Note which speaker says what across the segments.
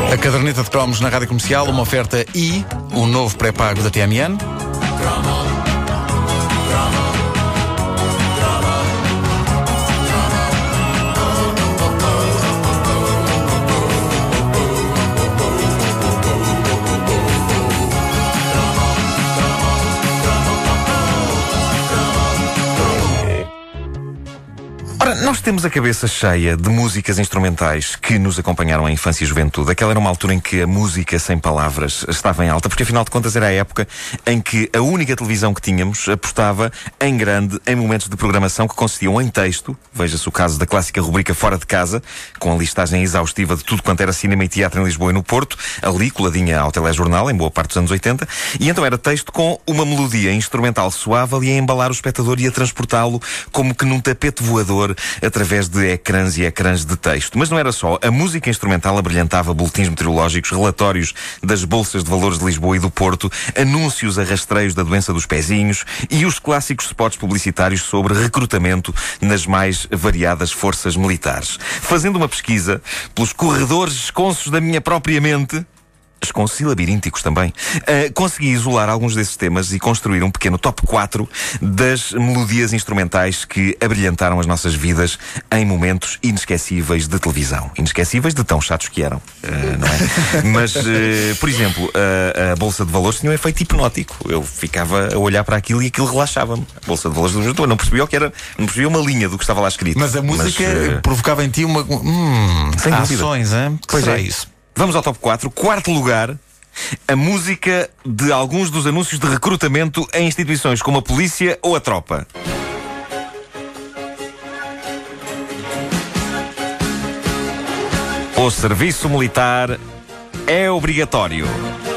Speaker 1: A caderneta de cromos na Rádio Comercial, uma oferta e o novo pré-pago da TMN.
Speaker 2: Ora, nós temos a cabeça cheia de músicas instrumentais que nos acompanharam à infância e juventude. Aquela era uma altura em que a música sem palavras estava em alta, porque afinal de contas era a época em que a única televisão que tínhamos apostava em grande em momentos de programação que consistiam em texto. Veja-se o caso da clássica rubrica Fora de Casa, com a listagem exaustiva de tudo quanto era cinema e teatro em Lisboa e no Porto, ali coladinha ao telejornal, em boa parte dos anos 80, e então era texto com uma melodia instrumental suave ali a embalar o espectador e a transportá-lo como que num tapete voador através de ecrãs e ecrãs de texto. Mas não era só. A música instrumental abrilhantava boletins meteorológicos, relatórios das bolsas de valores de Lisboa e do Porto, anúncios a rastreios da doença dos pezinhos e os clássicos spots publicitários sobre recrutamento nas mais variadas forças militares. Fazendo uma pesquisa pelos corredores esconsos da minha própria mente, esconsos e labirínticos também, consegui isolar alguns desses temas e construir um pequeno top 4 das melodias instrumentais que abrilhantaram as nossas vidas em momentos inesquecíveis de televisão. Inesquecíveis de tão chatos que eram, não é? Mas, por exemplo, a Bolsa de Valores tinha um efeito hipnótico. Eu ficava a olhar para aquilo e aquilo relaxava-me. A Bolsa de Valores do Lisboa, não percebia o que era, não percebia uma linha do que estava lá escrito.
Speaker 1: Mas a música provocava em ti uma
Speaker 2: sem
Speaker 1: ações, hein? Que
Speaker 2: pois
Speaker 1: será
Speaker 2: é
Speaker 1: isso?
Speaker 2: Vamos ao top 4. Quarto lugar, a música de alguns dos anúncios de recrutamento em instituições como a polícia ou a tropa. O serviço militar é obrigatório.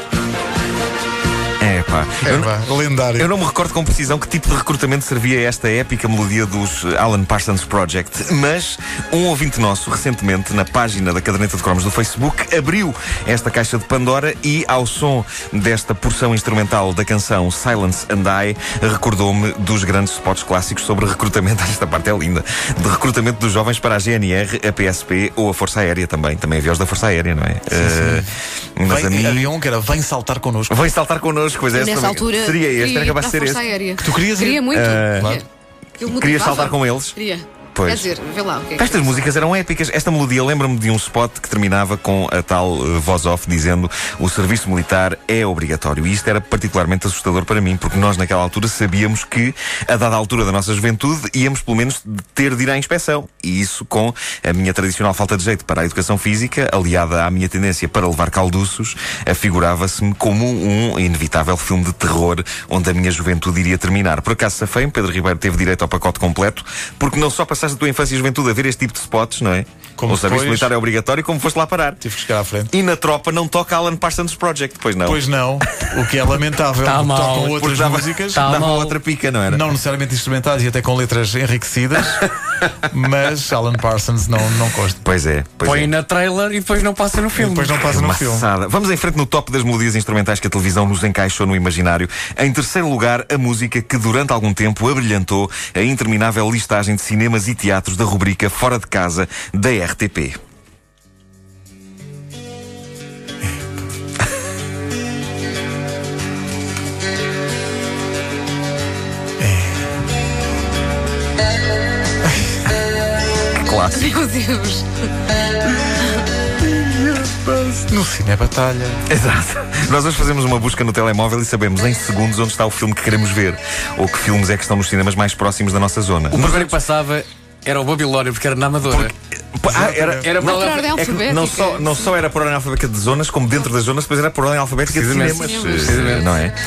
Speaker 1: Lendário.
Speaker 2: Eu não me recordo com precisão que tipo de recrutamento servia esta épica melodia dos Alan Parsons Project, mas um ouvinte nosso, recentemente, na página da Caderneta de Cromos do Facebook, abriu esta caixa de Pandora e, ao som desta porção instrumental da canção Silence and I, recordou-me dos grandes spots clássicos sobre recrutamento, esta parte é linda, de recrutamento dos jovens para a GNR, a PSP ou a Força Aérea também. Também havia os da Força Aérea, não é?
Speaker 1: Mas a mim... Havia um que era Vem Saltar Connosco.
Speaker 2: Vem saltar connosco, pois é.
Speaker 3: Nessa altura
Speaker 2: seria este, era capaz de ser este.
Speaker 3: Aérea.
Speaker 1: Que tu querias
Speaker 3: Queria
Speaker 1: ir?
Speaker 3: muito.
Speaker 1: Claro.
Speaker 2: Querias saltar com eles?
Speaker 3: Queria.
Speaker 2: Pois.
Speaker 3: Quer dizer, vê lá o que é que
Speaker 2: Estas músicas eram épicas. Esta melodia lembra-me de um spot que terminava com a tal voz off dizendo: o serviço militar é obrigatório. E isto era particularmente assustador para mim, porque nós naquela altura sabíamos que, a dada altura da nossa juventude, íamos pelo menos ter de ir à inspeção. E isso, com a minha tradicional falta de jeito para a educação física, aliada à minha tendência para levar calduços, afigurava-se-me como um inevitável filme de terror onde a minha juventude iria terminar. Por acaso safei-me, Pedro Ribeiro teve direito ao pacote completo, porque não só passaste a tua infância e juventude a ver este tipo de spots, não é?
Speaker 1: Como
Speaker 2: o serviço militar é obrigatório, como foste lá parar.
Speaker 1: Tive que chegar à frente.
Speaker 2: E na tropa não toca Alan Parsons Project, pois não?
Speaker 1: Pois não, o que é lamentável.
Speaker 4: Tá mal.
Speaker 1: Tocam outras músicas,
Speaker 2: dava outra pica, não era?
Speaker 1: não necessariamente instrumentais e até com letras enriquecidas, mas Alan Parsons não consta.
Speaker 2: Pois é.
Speaker 4: Põe na trailer e depois não passa no filme.
Speaker 1: Depois não passa no filme.
Speaker 2: Maçada. Vamos em frente no top das melodias instrumentais que a televisão nos encaixou no imaginário. Em terceiro lugar, a música que durante algum tempo abrilhantou a interminável listagem de cinemas e teatros da rubrica Fora de Casa da RTP.
Speaker 3: Meu Deus.
Speaker 1: No Cine Batalha.
Speaker 2: Exato. Nós hoje fazemos uma busca no telemóvel e sabemos em segundos onde está o filme que queremos ver. Ou que filmes é que estão nos cinemas mais próximos da nossa zona.
Speaker 4: O primeiro que passava era o Babilónia, porque era na Amadora.
Speaker 2: Era
Speaker 3: Não, por ordem
Speaker 2: é que
Speaker 3: alfabética.
Speaker 2: não só era por ordem alfabética de zonas, como dentro das zonas, depois era por ordem alfabética de cinemas.
Speaker 3: Precisamente.
Speaker 2: Não é?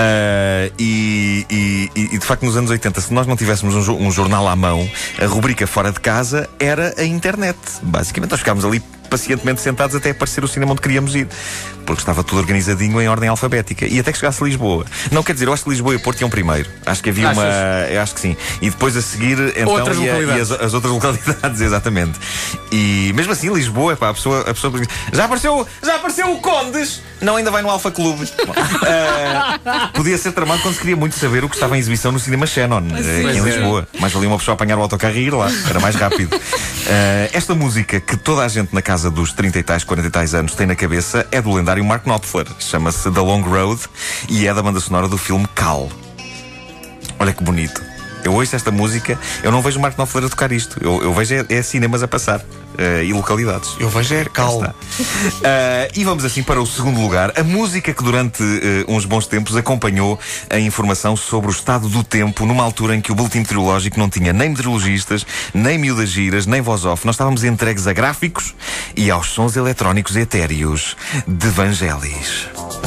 Speaker 2: E de facto, nos anos 80, se nós não tivéssemos um jornal à mão, a rubrica Fora de Casa era a internet. Basicamente, nós ficávamos ali pacientemente sentados até aparecer o cinema onde queríamos ir, porque estava tudo organizadinho em ordem alfabética. E até que chegasse a Lisboa. Não, quer dizer, eu acho que Lisboa e Porto iam primeiro. Acho que havia eu acho que sim. E depois a seguir, então,
Speaker 4: outras localidades.
Speaker 2: as outras localidades, exatamente. E mesmo assim, Lisboa, pá, a pessoa já apareceu o Condes! Não, ainda vai no Alfa Clube. Podia ser tramado quando se queria muito saber o que estava em exibição no Cinema Shannon, aqui em Lisboa. Mais valia uma pessoa apanhar o autocarro e ir lá. Era mais rápido. Esta música que toda a gente na casa casa dos 30 e tais, 40 e tais anos tem na cabeça é do lendário Mark Knopfler. Chama-se The Long Road e é da banda sonora do filme Cal. Olha que bonito. Eu ouço esta música, eu não vejo o Mark Knopfler a tocar isto. Eu vejo cinemas a passar e localidades.
Speaker 1: Eu vejo Cal.
Speaker 2: E vamos assim para o segundo lugar. A música que durante uns bons tempos acompanhou a informação sobre o estado do tempo numa altura em que o boletim meteorológico não tinha nem meteorologistas, nem miúdas giras, nem voz off. Nós estávamos entregues a gráficos e aos sons eletrónicos etéreos de Vangelis.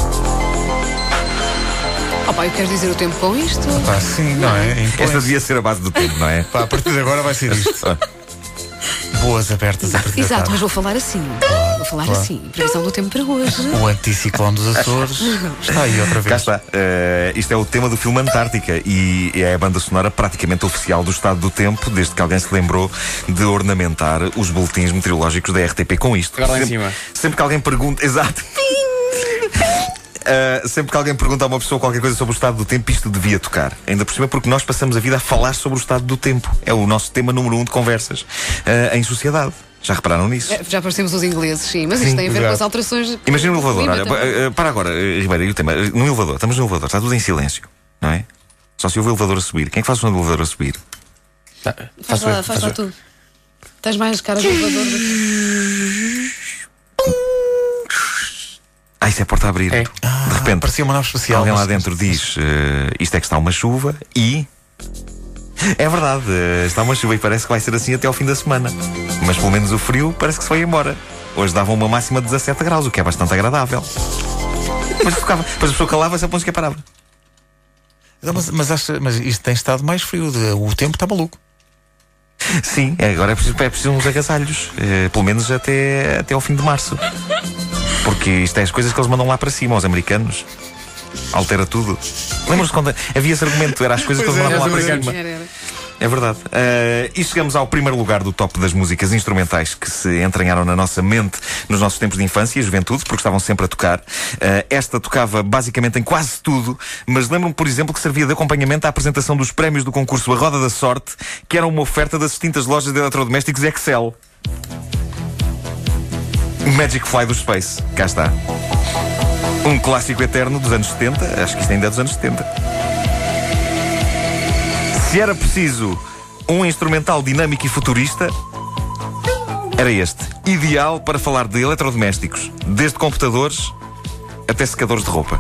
Speaker 3: Eu quero dizer o tempo com isto.
Speaker 1: Sim, não é?
Speaker 2: Esta devia ser a base do tempo, não é?
Speaker 1: A partir de agora vai ser isto. Boas abertas a partir da
Speaker 3: Exato,
Speaker 1: tarde.
Speaker 3: mas vou falar assim. Vou falar assim. Previsão do tempo para hoje.
Speaker 1: O anticiclone dos Açores está aí outra vez.
Speaker 2: Cá está. Isto é o tema do filme Antártica e é a banda sonora praticamente oficial do estado do tempo, desde que alguém se lembrou de ornamentar os boletins meteorológicos da RTP com isto.
Speaker 4: Agora lá em cima.
Speaker 2: Sempre que alguém pergunta. Exato. Sempre que alguém pergunta a uma pessoa qualquer coisa sobre o estado do tempo, isto devia tocar. Ainda por cima porque nós passamos a vida a falar sobre o estado do tempo. É o nosso tema número 1 de conversas em sociedade. Já repararam nisso?
Speaker 3: Já parecemos os ingleses, sim, mas isto tem a ver com as alterações.
Speaker 2: Imagina um elevador. Olha, para agora, Ribeiro, e o tema. Num elevador, estamos num elevador, está tudo em silêncio, não é? Só se ouve o elevador a subir. Quem é que faz o som do elevador a subir?
Speaker 3: Faz lá tu. Tens mais cara de elevador do que.
Speaker 2: Isso é a porta a abrir.
Speaker 4: É.
Speaker 2: De repente,
Speaker 1: parecia uma nave espacial.
Speaker 2: alguém lá dentro diz: isto é que está uma chuva e. É verdade, está uma chuva e parece que vai ser assim até ao fim da semana. Mas pelo menos o frio parece que se foi embora. Hoje dava uma máxima de 17 graus, o que é bastante agradável. Mas depois a pessoa calava-se, a música parava.
Speaker 1: Mas isto tem estado mais frio. O tempo está maluco.
Speaker 2: Sim, agora é preciso uns agasalhos. Pelo menos até ao fim de março. Porque isto é as coisas que eles mandam lá para cima, aos americanos. Altera tudo. Lembram-se quando havia esse argumento? Era as coisas que eles mandavam lá para cima. É verdade. E chegamos ao primeiro lugar do top das músicas instrumentais que se entranharam na nossa mente nos nossos tempos de infância e juventude, porque estavam sempre a tocar. Esta tocava basicamente em quase tudo, mas lembro-me, por exemplo, que servia de acompanhamento à apresentação dos prémios do concurso A Roda da Sorte, que era uma oferta das distintas lojas de eletrodomésticos Excel. Magic Fly do Space. Cá está. Um clássico eterno dos anos 70. Acho que isto ainda é dos anos 70. Se era preciso um instrumental dinâmico e futurista, era este. Ideal para falar de eletrodomésticos, desde computadores até secadores de roupa.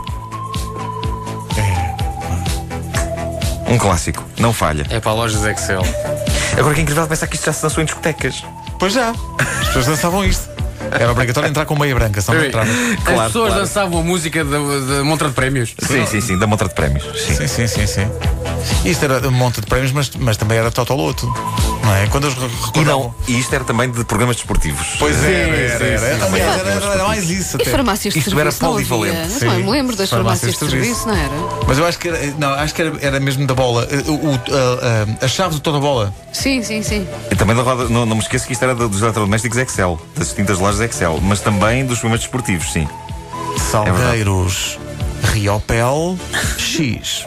Speaker 2: Um clássico, não falha.
Speaker 4: É para lojas Excel.
Speaker 2: Agora que é incrível pensar que isto já se dançou em discotecas.
Speaker 1: Pois já. As pessoas dançavam isto. Era obrigatório entrar com meia branca, senão não entrava.
Speaker 4: As pessoas dançavam a música da montra de prémios.
Speaker 2: Sim, da montra de prémios.
Speaker 1: Sim. Isto era uma monta de prémios, mas também era Totoloto. Não é? Quando eles recordavam.
Speaker 2: E isto era também de programas desportivos.
Speaker 1: Pois era mais isso.
Speaker 3: E farmácias de
Speaker 2: Isto
Speaker 3: serviço?
Speaker 2: era polivalente.
Speaker 3: Não me lembro das farmácias de serviço, não era?
Speaker 1: Mas eu acho que era mesmo da bola. A chave do toda a bola.
Speaker 3: Sim.
Speaker 2: E também da roda, não me esqueço que isto era dos eletrodomésticos Excel, das distintas lojas Excel, mas também dos programas desportivos, sim.
Speaker 1: Salgueiros, Riopel, X.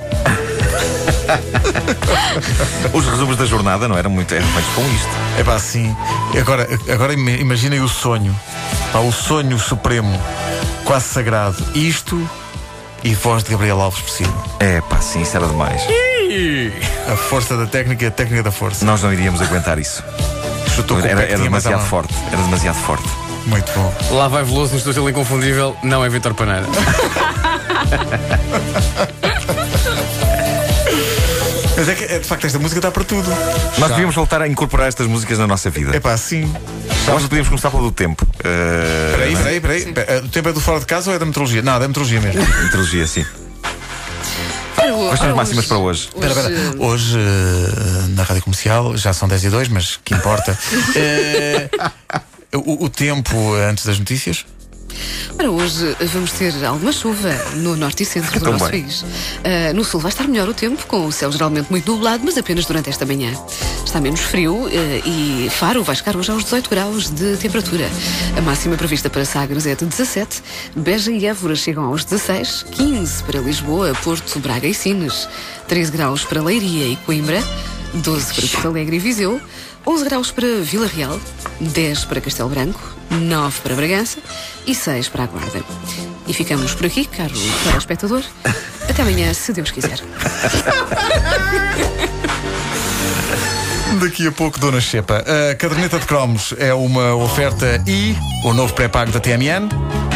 Speaker 2: Os resumos da jornada não eram feitos com isto.
Speaker 1: É pá, sim. Agora imaginem o sonho. O sonho supremo, quase sagrado. Isto e voz de Gabriel Alves por cima.
Speaker 2: É pá, sim, isso era demais.
Speaker 1: A força da técnica, a técnica da força.
Speaker 2: Nós não iríamos aguentar isso.
Speaker 1: Chutou com
Speaker 2: era demasiado forte. Era demasiado forte.
Speaker 1: Muito bom.
Speaker 4: Lá vai Veloso no Estoril Inconfundível. Não é Vítor Paneira.
Speaker 1: Mas de facto esta música está para tudo.
Speaker 2: Nós devíamos voltar a incorporar estas músicas na nossa vida.
Speaker 1: É pá, sim.
Speaker 2: Eu acho que podíamos começar pelo do tempo.
Speaker 1: Peraí. O tempo é do fora de casa ou é da metrologia? Não, é da metrologia mesmo.
Speaker 2: Metrologia, sim. Quais são as máximas para hoje?
Speaker 1: Espera. Hoje, na Rádio Comercial, já são 10h02, mas que importa. O tempo antes das notícias?
Speaker 3: Para hoje vamos ter alguma chuva no norte e centro do nosso país. No sul vai estar melhor o tempo, com o céu geralmente muito nublado, mas apenas durante esta manhã. Está menos frio e Faro vai chegar hoje aos 18 graus de temperatura. A máxima prevista para Sagres é de 17, Beja e Évora chegam aos 16, 15 para Lisboa, Porto, Braga e Sines, 13 graus para Leiria e Coimbra, 12 para Porto Alegre e Viseu, 11 graus para Vila Real, 10 para Castelo Branco, 9 para Bragança e 6 para a Guarda. E ficamos por aqui, caro telespectador. Até amanhã, se Deus quiser.
Speaker 1: Daqui a pouco, Dona Xepa. A caderneta de cromos é uma oferta e o novo pré-pago da TMN.